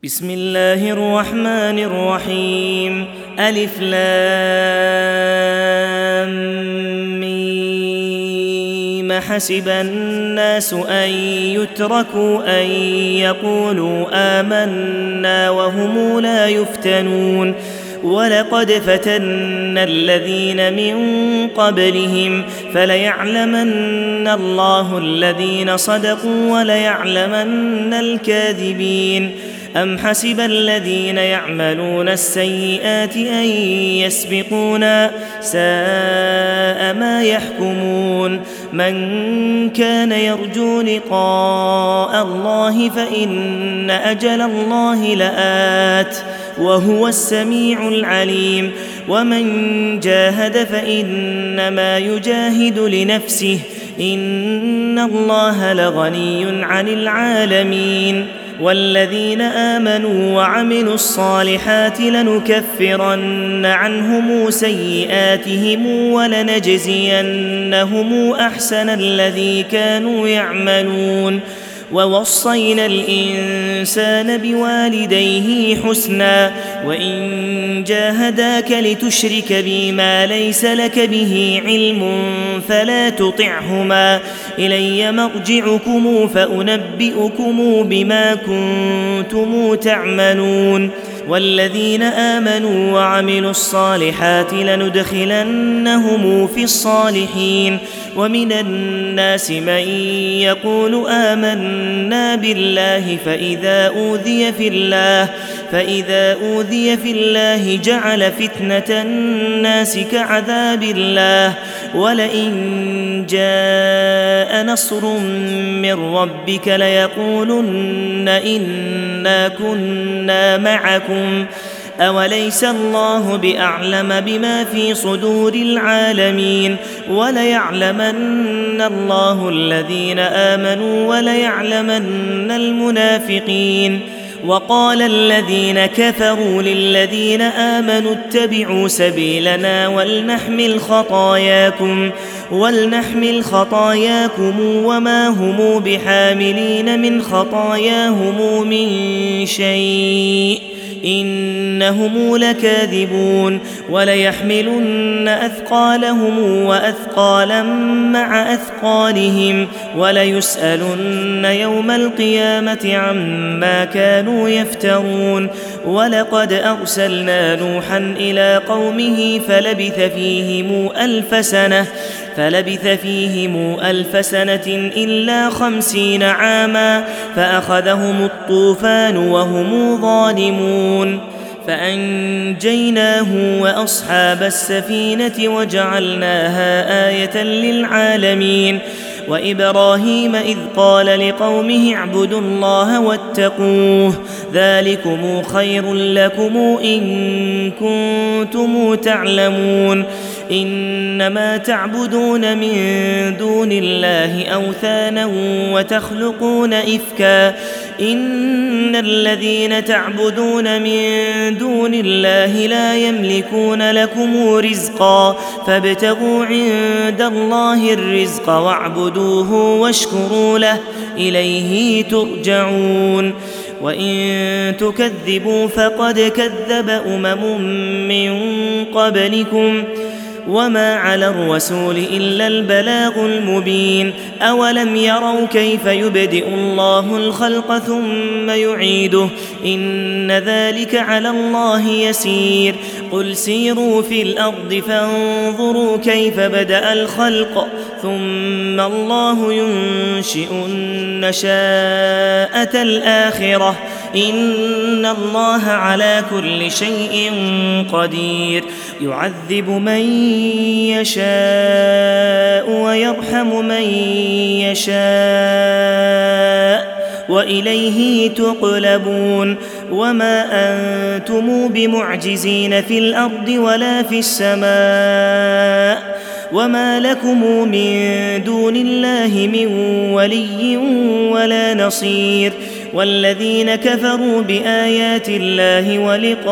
بسم الله الرحمن الرحيم. ألف لام ميم. حسب الناس أن يتركوا أن يقولوا آمنا وهم لا يفتنون. ولقد فتنا الذين من قبلهم فليعلمن الله الذين صدقوا وليعلمن الكاذبين. أم حسب الذين يعملون السيئات أن يسبقونا ساء ما يحكمون. من كان يرجو لقاء الله فإن أجل الله لآت وهو السميع العليم. ومن جاهد فإنما يجاهد لنفسه إن الله لغني عن العالمين. والذين آمنوا وعملوا الصالحات لنكفرن عنهم سيئاتهم ولنجزينهم أحسن الذي كانوا يعملون. ووصينا الإنسان بوالديه حسنا وإن جاهداك لتشرك بي ما ليس لك به علم فلا تطعهما إلي مرجعكم فأنبئكم بما كنتم تعملون. والذين آمنوا وعملوا الصالحات لندخلنهم في الصالحين. ومن الناس من يقول آمنا بالله فإذا أوذي في الله جعل فتنة الناس كعذاب الله. ولئن جاء نصر من ربك ليقولن إنا كنا معكم أوليس الله بأعلم بما في صدور العالمين. وليعلمن الله الذين آمنوا وليعلمن المنافقين. وقال الذين كفروا للذين آمنوا اتبعوا سبيلنا ولنحمل خطاياكم وما هم بحاملين من خطاياهم من شيء إنهم لكاذبون. وليحملن أثقالهم وأثقالا مع أثقالهم وليسألن يوم القيامة عما كانوا يفترون. ولقد أرسلنا نوحا إلى قومه فلبث فيهم ألف سنة إلا 50 عاما فأخذهم الطوفان وهم ظالمون. فأنجيناه وأصحاب السفينة وجعلناها آية للعالمين. وإبراهيم إذ قال لقومه اعبدوا الله واتقوه ذلكم خير لكم إن كنتم تعلمون. إنما تعبدون من دون الله أوثانا وتخلقون إفكا إن الذين تعبدون من دون الله لا يملكون لكم رزقا فابتغوا عند الله الرزق واعبدوه واشكروا له إليه ترجعون. وإن تكذبوا فقد كذب من قبلكم وما على الرسول إلا البلاغ المبين. أولم يروا كيف يبدئ الله الخلق ثم يعيده إن ذلك على الله يسير. قل سيروا في الأرض فانظروا كيف بدأ الخلق ثم الله ينشئ النشاءة الآخرة إن الله على كل شيء قدير. يعذب من يشاء ويرحم من يشاء وإليه تقلبون. وما أنتم بمعجزين في الأرض ولا في السماء وما لكم من دون الله من ولي ولا نصير. والذين كفروا بآيات الله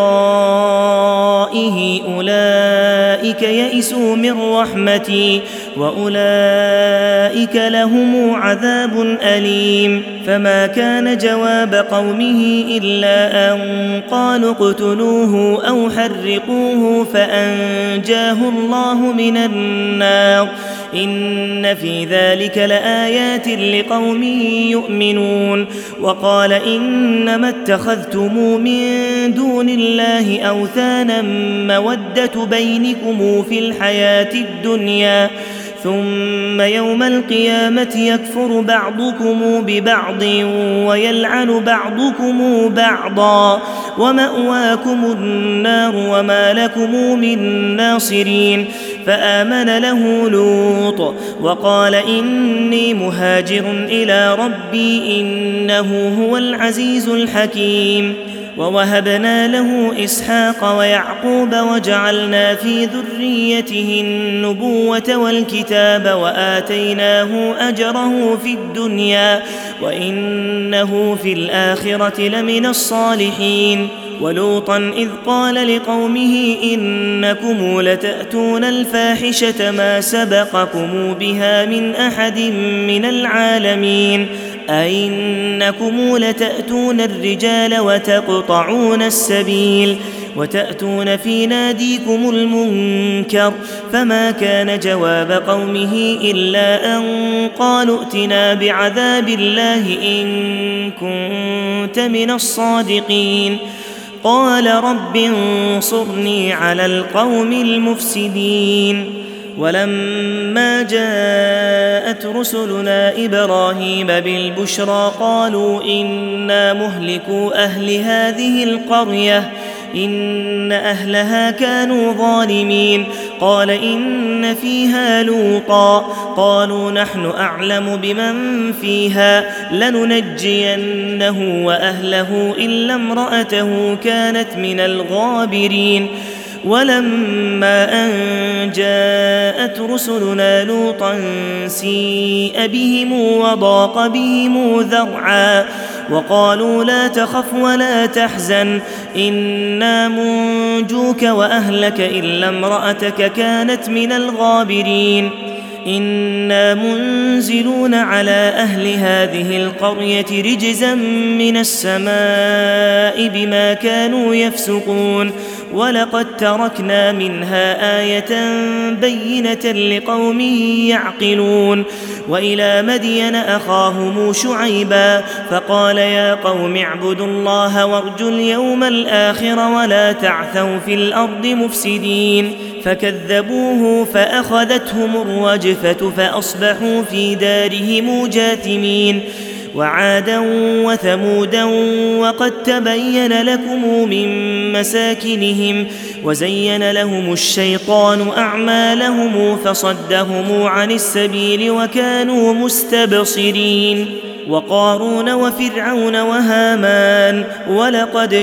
ولقائه أولئك يئسوا من رحمتي وأولئك لهم عذاب أليم. فما كان جواب قومه إلا أن قالوا اقتلوه أو حرقوه فأنجاه الله من النار. إن في ذلك لآيات لقوم يؤمنون. وقال إنما اتخذتم من دون الله أوثانا مودة بينكم في الحياة الدنيا ثم يوم القيامة يكفر بعضكم ببعض ويلعن بعضكم بعضا ومأواكم النار وما لكم من ناصرين. فآمن له لوط وقال إني مهاجر إلى ربي إنه هو العزيز الحكيم. ووهبنا له إسحاق ويعقوب وجعلنا في ذريته النبوة والكتاب وآتيناه أجره في الدنيا وإنه في الآخرة لمن الصالحين. ولوطا إذ قال لقومه إنكم لتأتون الفاحشة ما سبقكم بها من أحد من العالمين أئنكم لتأتون الرجال وتقطعون السبيل وتأتون في ناديكم المنكر. فما كان جواب قومه إلا أن قالوا ائتنا بعذاب الله إن كنت من الصادقين. قال رب انصرني على القوم المفسدين. ولما جاءت رسلنا إبراهيم بالبشرى قالوا إنا مهلكو أهل هذه القرية إن أهلها كانوا ظالمين. قال إن فيها لوطا قالوا نحن أعلم بمن فيها لننجينه وأهله إلا امرأته كانت من الغابرين. ولما أن جاءت رسلنا لوطا سيء بهم وضاق بهم ذرعا وقالوا لا تخف ولا تحزن إنا منجوك وأهلك إلا امرأتك كانت من الغابرين. إنا منزلون على أهل هذه القرية رجزا من السماء بما كانوا يفسقون. ولقد تركنا منها آية بينة لقوم يعقلون. وإلى مدين أخاهم شعيبا فقال يا قوم اعبدوا الله وارجوا اليوم الآخر ولا تعثوا في الأرض مفسدين. فكذبوه فأخذتهم الرجفة فأصبحوا في دارهم جاثمين. وعادا وثمودا وقد تبين لكم من مساكنهم وزين لهم الشيطان أعمالهم فصدهم عن السبيل وكانوا مستبصرين. وقارون وفرعون وهامان ولقد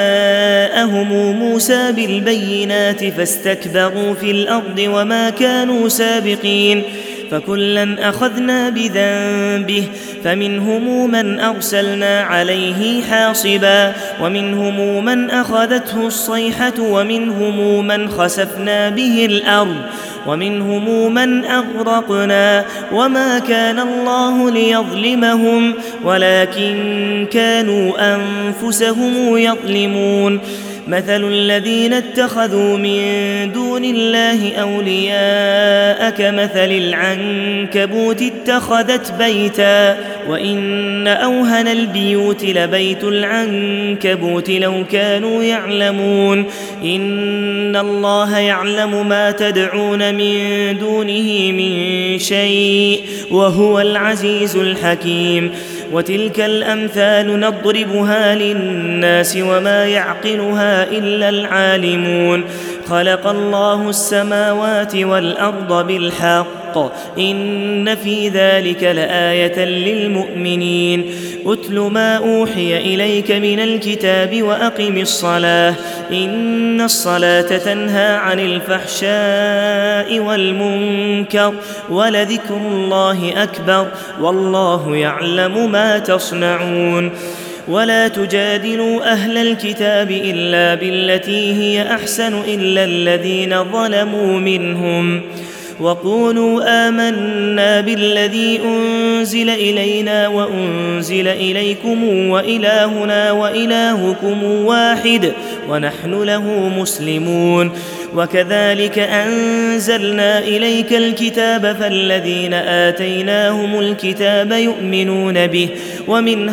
جاءهم موسى بالبينات فاستكبروا في الأرض وما كانوا سابقين. فكلا أخذنا بذنبه فمنهم من أرسلنا عليه حاصبا ومنهم من أخذته الصيحة ومنهم من خسفنا به الأرض ومنهم من أغرقنا وما كان الله ليظلمهم ولكن كانوا أنفسهم يظلمون. مثل الذين اتخذوا من دون الله أولياء كمثل العنكبوت اتخذت بيتا وإن أوهن البيوت لبيت العنكبوت لو كانوا يعلمون. إن الله يعلم ما تدعون من دونه من شيء وهو العزيز الحكيم. وتلك الأمثال نضربها للناس وما يعقلها إلا العالمون. خلق الله السماوات والأرض بالحق إن في ذلك لآية للمؤمنين. أتل ما أوحي إليك من الكتاب وأقم الصلاة إن الصلاة تنهى عن الفحشاء والمنكر ولذكر الله أكبر والله يعلم ما تصنعون. ولا تجادلوا أهل الكتاب إلا بالتي هي أحسن إلا الذين ظلموا منهم وقولوا آمنا بالذي أنزل إلينا وأنزل إليكم وإلهنا وإلهكم واحد ونحن له مسلمون وكذلك أنزلنا إليك الكتاب فالذين آتيناهم الكتاب يؤمنون به ومن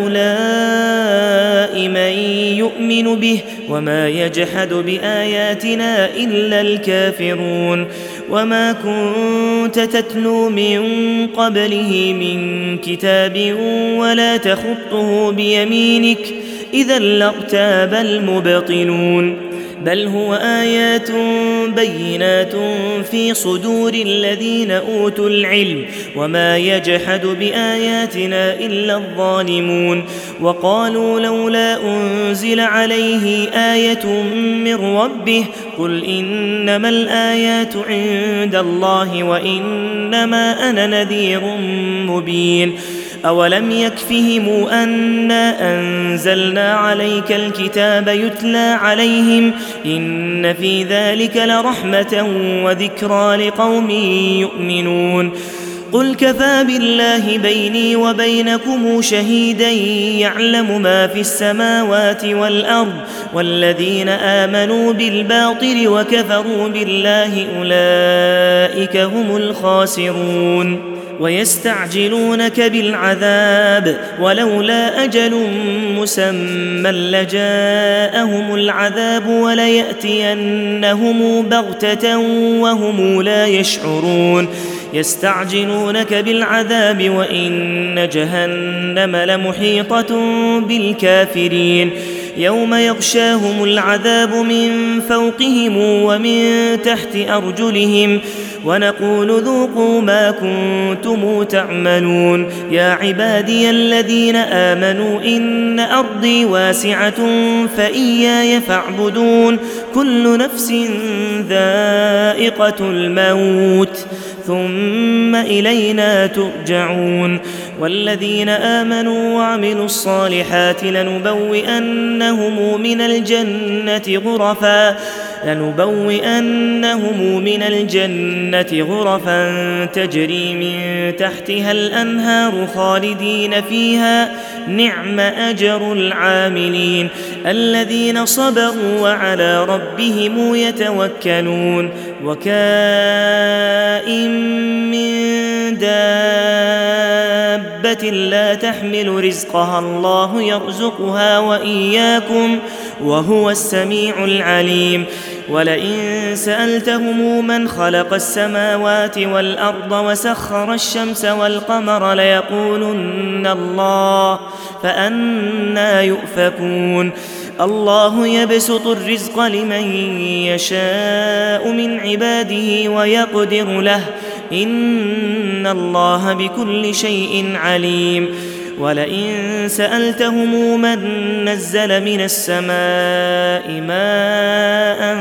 هؤلاء من يؤمن به وما يجحد بآياتنا إلا الكافرون وما كنت تتلو من قبله من كتاب ولا تخطه بيمينك إذا لارتاب المبطلون بل هو آيات بينات في صدور الذين أوتوا العلم وما يجحد بآياتنا إلا الظالمون وقالوا لولا أنزل عليه آية من ربه قل إنما الآيات عند الله وإنما أنا نذير مبين أولم يكفهم أنا أنزلنا عليك الكتاب يتلى عليهم إن في ذلك لرحمة وذكرى لقوم يؤمنون قل كفى بالله بيني وبينكم شهيدا يعلم ما في السماوات والأرض والذين آمنوا بالباطل وكفروا بالله أولئك هم الخاسرون ويستعجلونك بالعذاب ولولا أجل مسمى لجاءهم العذاب وليأتينهم بغتة وهم لا يشعرون يستعجلونك بالعذاب وإن جهنم لمحيطة بالكافرين يوم يغشاهم العذاب من فوقهم ومن تحت أرجلهم ونقول ذوقوا ما كنتم تعملون يا عبادي الذين آمنوا إن أرضي واسعة فإياي فاعبدون كل نفس ذائقة الموت ثم إلينا ترجعون والذين آمنوا وعملوا الصالحات لنبوئنهم من الجنة غرفا تجري من تحتها الأنهار خالدين فيها نعم أجر العاملين الذين صبروا وعلى ربهم يتوكلون وكائن من دابة لا تحمل رزقها الله يرزقها وإياكم وهو السميع العليم ولئن سألتهم من خلق السماوات والأرض وسخر الشمس والقمر ليقولن الله فأنى يؤفكون الله يبسط الرزق لمن يشاء من عباده ويقدر له إن الله بكل شيء عليم ولئن سألتهم من نزل من السماء ماء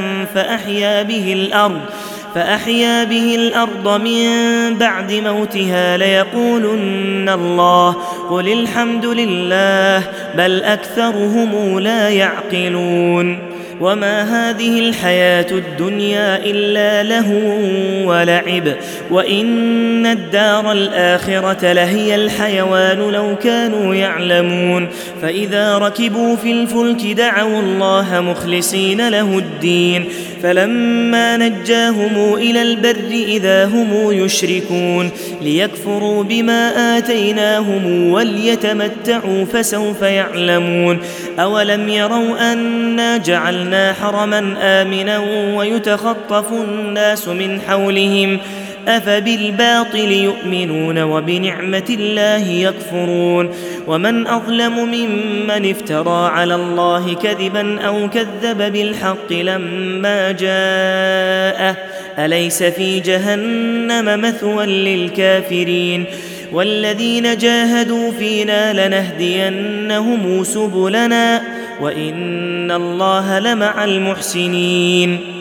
فأحيا به الأرض من بعد موتها ليقولن الله قل الحمد لله بل أكثرهم لا يعقلون وما هذه الحياة الدنيا إلا لهو ولعب وإن الدار الآخرة لهي الحيوان لو كانوا يعلمون فإذا ركبوا في الفلك دعوا الله مخلصين له الدين فلما نجاهم إلى البر إذا هم يشركون ليكفروا بما آتيناهم وليتمتعوا فسوف يعلمون أولم يروا أنا جعلنا حرما آمنا ويتخطف الناس من حولهم أفبالباطل يؤمنون وبنعمة الله يكفرون ومن أظلم ممن افترى على الله كذبا أو كذب بالحق لما جاءه أليس في جهنم مثوى للكافرين والذين جاهدوا فينا لنهدينهم سبلنا وإن الله لمع المحسنين